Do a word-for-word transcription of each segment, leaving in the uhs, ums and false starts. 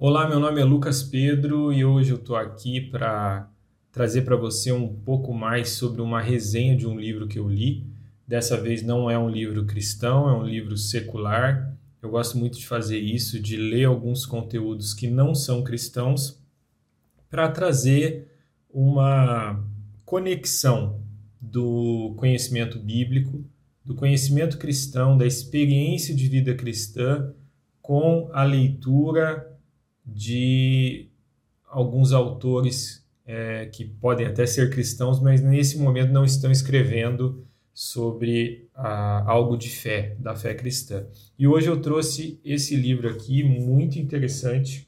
Olá, meu nome é Lucas Pedro e hoje eu estou aqui para trazer para você um pouco mais sobre uma resenha de um livro que eu li. Dessa vez não é um livro cristão, é um livro secular. Eu gosto muito de fazer isso, de ler alguns conteúdos que não são cristãos para trazer uma conexão do conhecimento bíblico, do conhecimento cristão, da experiência de vida cristã com a leitura de alguns autores é, que podem até ser cristãos, mas nesse momento não estão escrevendo sobre ah, algo de fé, da fé cristã. E hoje eu trouxe esse livro aqui, muito interessante,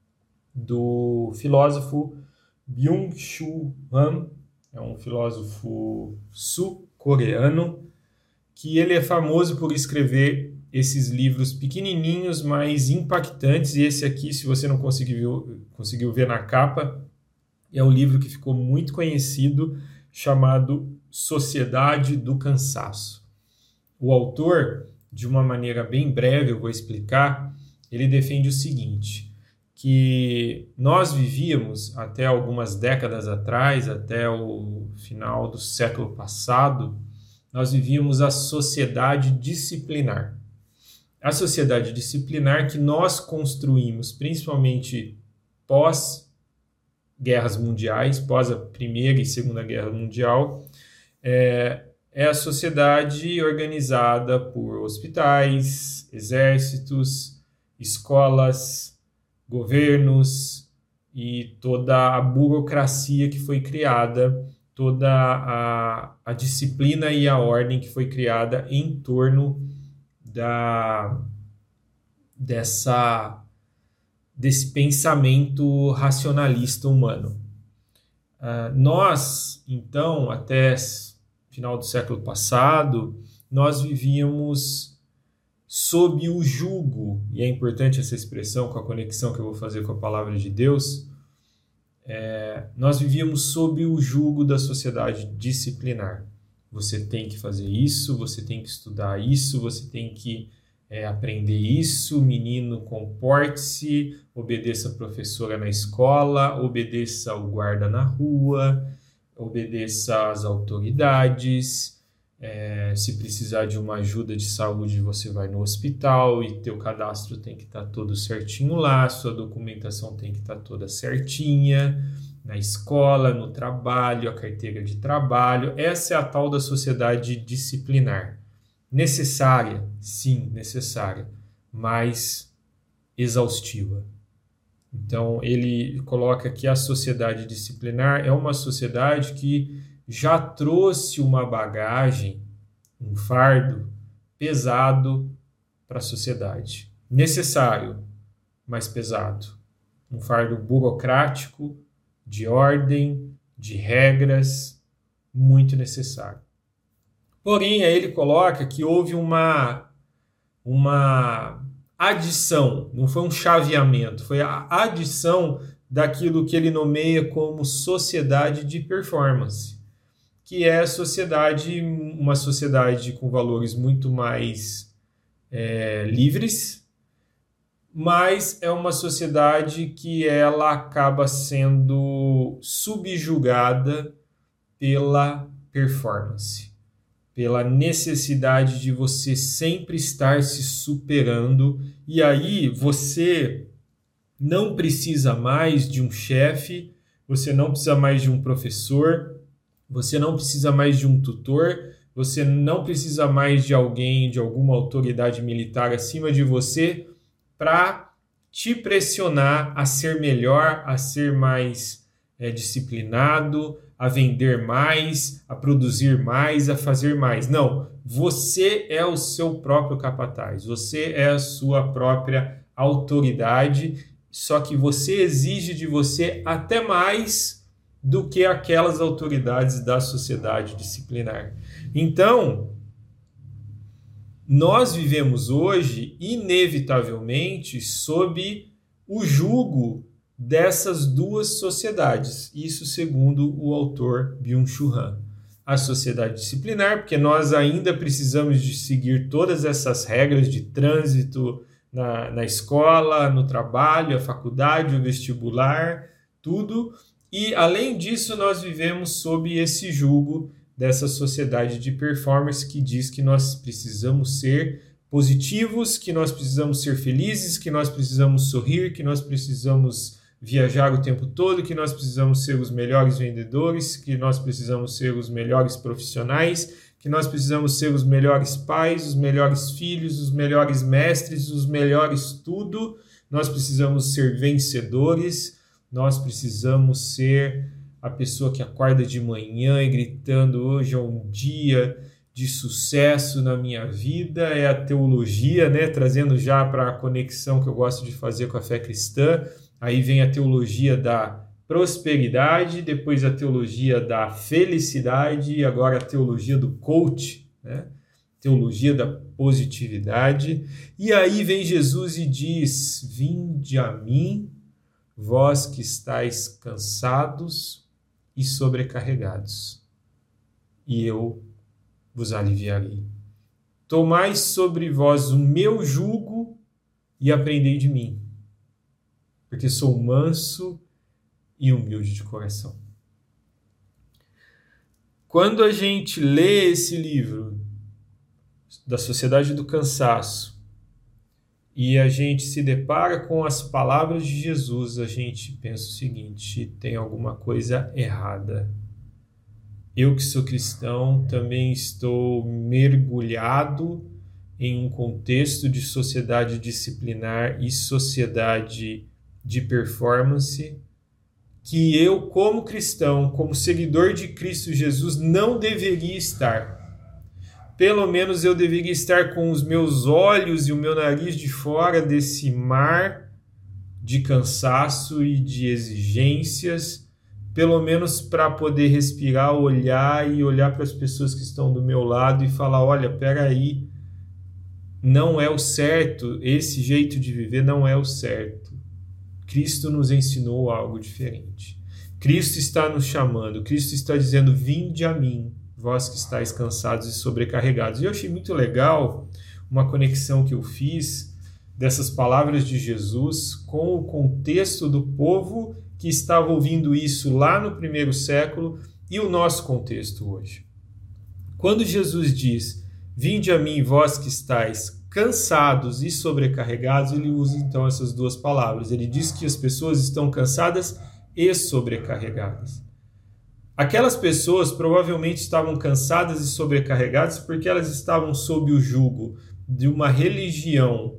do filósofo Byung-Chul Han, é um filósofo sul-coreano, que ele é famoso por escrever esses livros pequenininhos, mas impactantes, e esse aqui, se você não conseguiu, conseguiu ver na capa, é um livro que ficou muito conhecido, chamado Sociedade do Cansaço. O autor, de uma maneira bem breve, eu vou explicar, ele defende o seguinte, que nós vivíamos até algumas décadas atrás, até o final do século passado, nós vivíamos a sociedade disciplinar. A sociedade disciplinar que nós construímos, principalmente pós guerras mundiais, pós a Primeira e Segunda Guerra Mundial, é, é a sociedade organizada por hospitais, exércitos, escolas, governos e toda a burocracia que foi criada, toda a, a disciplina e a ordem que foi criada em torno da, dessa, desse pensamento racionalista humano. Uh, nós, então, até final do século passado, nós vivíamos sob o jugo, e é importante essa expressão com a conexão que eu vou fazer com a palavra de Deus, é, nós vivíamos sob o jugo da sociedade disciplinar. Você tem que fazer isso, você tem que estudar isso, você tem que é, aprender isso, menino, comporte-se, obedeça a professora na escola, obedeça ao guarda na rua, obedeça às autoridades, é, se precisar de uma ajuda de saúde, você vai no hospital e teu cadastro tem que estar todo certinho lá, sua documentação tem que estar toda certinha, na escola, no trabalho, a carteira de trabalho. Essa é a tal da sociedade disciplinar. Necessária, sim, necessária, mas exaustiva. Então, ele coloca que a sociedade disciplinar é uma sociedade que já trouxe uma bagagem, um fardo pesado para a sociedade. Necessário, mas pesado. Um fardo burocrático, de ordem, de regras, muito necessário. Porém, aí ele coloca que houve uma, uma adição, não foi um chaveamento, foi a adição daquilo que ele nomeia como sociedade de performance, que é a sociedade, uma sociedade com valores muito mais é, livres, mas é uma sociedade que ela acaba sendo subjugada pela performance, pela necessidade de você sempre estar se superando, e aí você não precisa mais de um chefe, você não precisa mais de um professor, você não precisa mais de um tutor, você não precisa mais de alguém, de alguma autoridade militar acima de você, para te pressionar a ser melhor, a ser mais é, disciplinado, a vender mais, a produzir mais, a fazer mais. Não, você é o seu próprio capataz, você é a sua própria autoridade, só que você exige de você até mais do que aquelas autoridades da sociedade disciplinar. Então, nós vivemos hoje, inevitavelmente, sob o jugo dessas duas sociedades. Isso segundo o autor Byung-Chul Han. A sociedade disciplinar, porque nós ainda precisamos de seguir todas essas regras de trânsito, na, na escola, no trabalho, a faculdade, o vestibular, tudo. E, além disso, nós vivemos sob esse jugo dessa sociedade de performance que diz que nós precisamos ser positivos, que nós precisamos ser felizes, que nós precisamos sorrir, que nós precisamos viajar o tempo todo, que nós precisamos ser os melhores vendedores, que nós precisamos ser os melhores profissionais, que nós precisamos ser os melhores pais, os melhores filhos, os melhores mestres, os melhores tudo. Nós precisamos ser vencedores, nós precisamos ser a pessoa que acorda de manhã e gritando: hoje é um dia de sucesso na minha vida. É a teologia, né? Trazendo já para a conexão que eu gosto de fazer com a fé cristã. Aí vem a teologia da prosperidade, depois a teologia da felicidade e agora a teologia do coach, né? Teologia da positividade. E aí vem Jesus e diz: vinde a mim, vós que estáis cansados e sobrecarregados, e eu vos aliviarei. Tomai sobre vós o meu jugo e aprendei de mim, porque sou manso e humilde de coração. Quando a gente lê esse livro da Sociedade do Cansaço e a gente se depara com as palavras de Jesus, a gente pensa o seguinte: tem alguma coisa errada. Eu que sou cristão também estou mergulhado em um contexto de sociedade disciplinar e sociedade de performance que eu, como cristão, como seguidor de Cristo Jesus, não deveria estar. Pelo menos eu deveria estar com os meus olhos e o meu nariz de fora desse mar de cansaço e de exigências, pelo menos para poder respirar, olhar e olhar para as pessoas que estão do meu lado e falar: olha, peraí, não é o certo, esse jeito de viver não é o certo. Cristo nos ensinou algo diferente. Cristo está nos chamando, Cristo está dizendo: vinde a mim, vós que estáis cansados e sobrecarregados. E eu achei muito legal uma conexão que eu fiz dessas palavras de Jesus com o contexto do povo que estava ouvindo isso lá no primeiro século e o nosso contexto hoje. Quando Jesus diz: vinde a mim, vós que estáis cansados e sobrecarregados, ele usa então essas duas palavras. Ele diz que as pessoas estão cansadas e sobrecarregadas. Aquelas pessoas provavelmente estavam cansadas e sobrecarregadas porque elas estavam sob o jugo de uma religião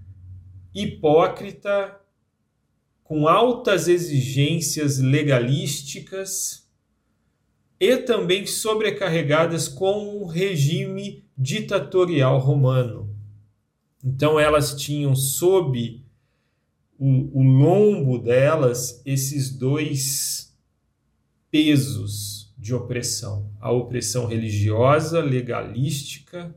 hipócrita, com altas exigências legalísticas e também sobrecarregadas com um regime ditatorial romano. Então elas tinham sob o, o lombo delas esses dois pesos de opressão: a opressão religiosa, legalística,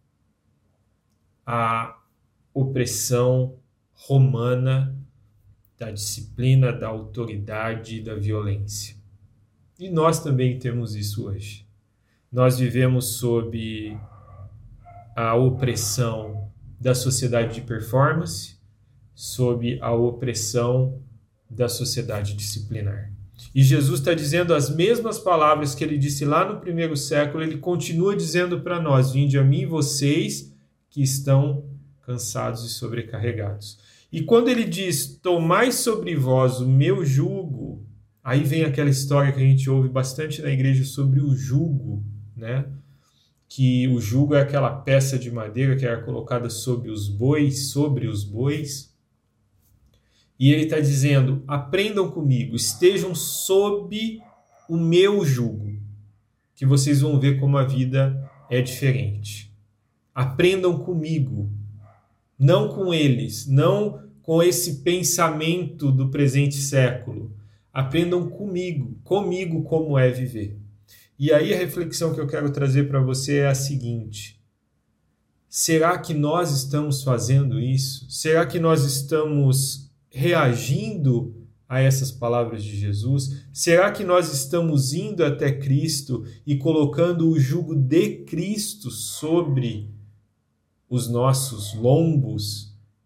a opressão romana da disciplina, da autoridade e da violência. E nós também temos isso hoje. Nós vivemos sob a opressão da sociedade de performance, sob a opressão da sociedade disciplinar. E Jesus está dizendo as mesmas palavras que ele disse lá no primeiro século, ele continua dizendo para nós: vinde a mim, vocês que estão cansados e sobrecarregados. E quando ele diz: tomai sobre vós o meu jugo, aí vem aquela história que a gente ouve bastante na igreja sobre o jugo, né? Que o jugo é aquela peça de madeira que era colocada sobre os bois, sobre os bois. E ele está dizendo: aprendam comigo, estejam sob o meu jugo, que vocês vão ver como a vida é diferente. Aprendam comigo, não com eles, não com esse pensamento do presente século. Aprendam comigo, comigo como é viver. E aí a reflexão que eu quero trazer para você é a seguinte: será que nós estamos fazendo isso? Será que nós estamos reagindo a essas palavras de Jesus? Será que nós estamos indo até Cristo e colocando o jugo de Cristo sobre os nossos lombos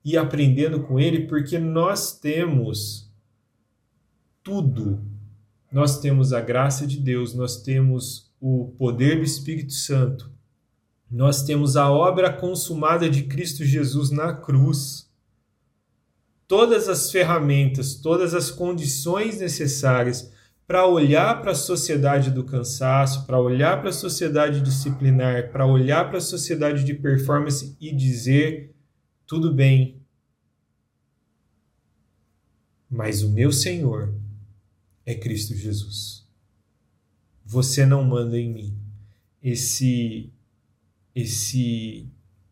e aprendendo com ele, porque nós temos tudo. Nós temos a graça de Deus, nós temos o poder do Espírito Santo, nós temos a obra consumada de Cristo Jesus na cruz. Todas as ferramentas, todas as condições necessárias para olhar para a sociedade do cansaço, para olhar para a sociedade disciplinar, para olhar para a sociedade de performance e dizer: tudo bem, mas o meu Senhor é Cristo Jesus. Você não manda em mim. Esse, esse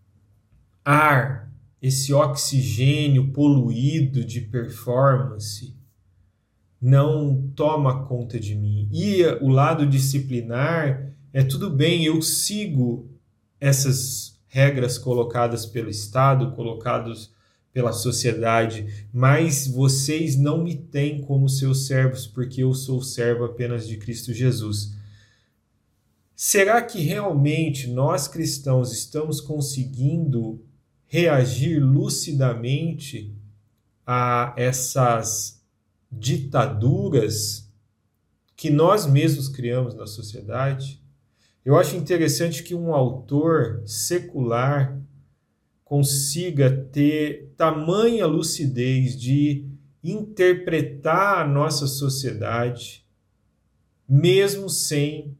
ar, esse oxigênio poluído de performance não toma conta de mim. E o lado disciplinar é tudo bem, eu sigo essas regras colocadas pelo Estado, colocadas pela sociedade, mas vocês não me têm como seus servos, porque eu sou servo apenas de Cristo Jesus. Será que realmente nós cristãos estamos conseguindo reagir lucidamente a essas ditaduras que nós mesmos criamos na sociedade? Eu acho interessante que um autor secular consiga ter tamanha lucidez de interpretar a nossa sociedade, mesmo sem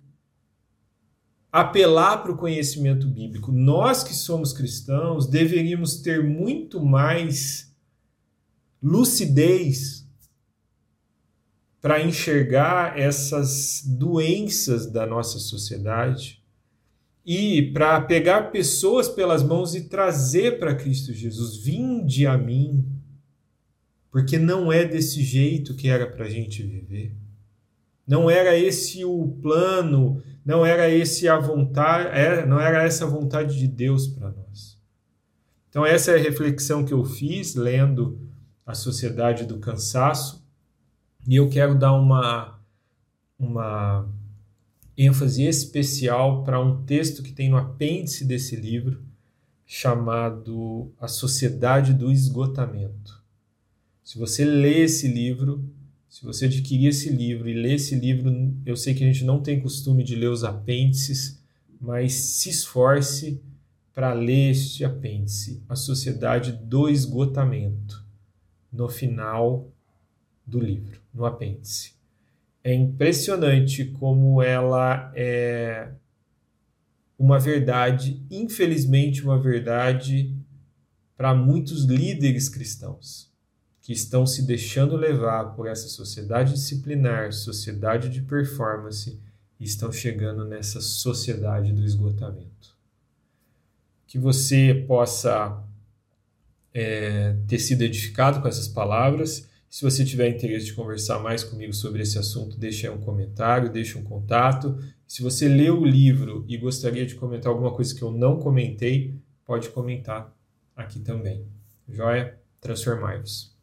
apelar para o conhecimento bíblico. Nós que somos cristãos deveríamos ter muito mais lucidez para enxergar essas doenças da nossa sociedade e para pegar pessoas pelas mãos e trazer para Cristo Jesus. Vinde a mim, porque não é desse jeito que era para a gente viver. Não era esse o plano, não era esse a vontade, não era essa a vontade de Deus para nós. Então essa é a reflexão que eu fiz lendo A Sociedade do Cansaço, e eu quero dar uma, uma ênfase especial para um texto que tem no apêndice desse livro, chamado A Sociedade do Esgotamento. Se você lê esse livro, se você adquirir esse livro e ler esse livro, eu sei que a gente não tem costume de ler os apêndices, mas se esforce para ler este apêndice, A Sociedade do Esgotamento, no final do livro, no apêndice. É impressionante como ela é uma verdade, infelizmente uma verdade para muitos líderes cristãos que estão se deixando levar por essa sociedade disciplinar, sociedade de performance, e estão chegando nessa sociedade do esgotamento. Que você possa é, ter sido edificado com essas palavras. Se você tiver interesse de conversar mais comigo sobre esse assunto, deixe aí um comentário, deixe um contato. Se você leu o livro e gostaria de comentar alguma coisa que eu não comentei, pode comentar aqui também. Joia? Transformai-vos.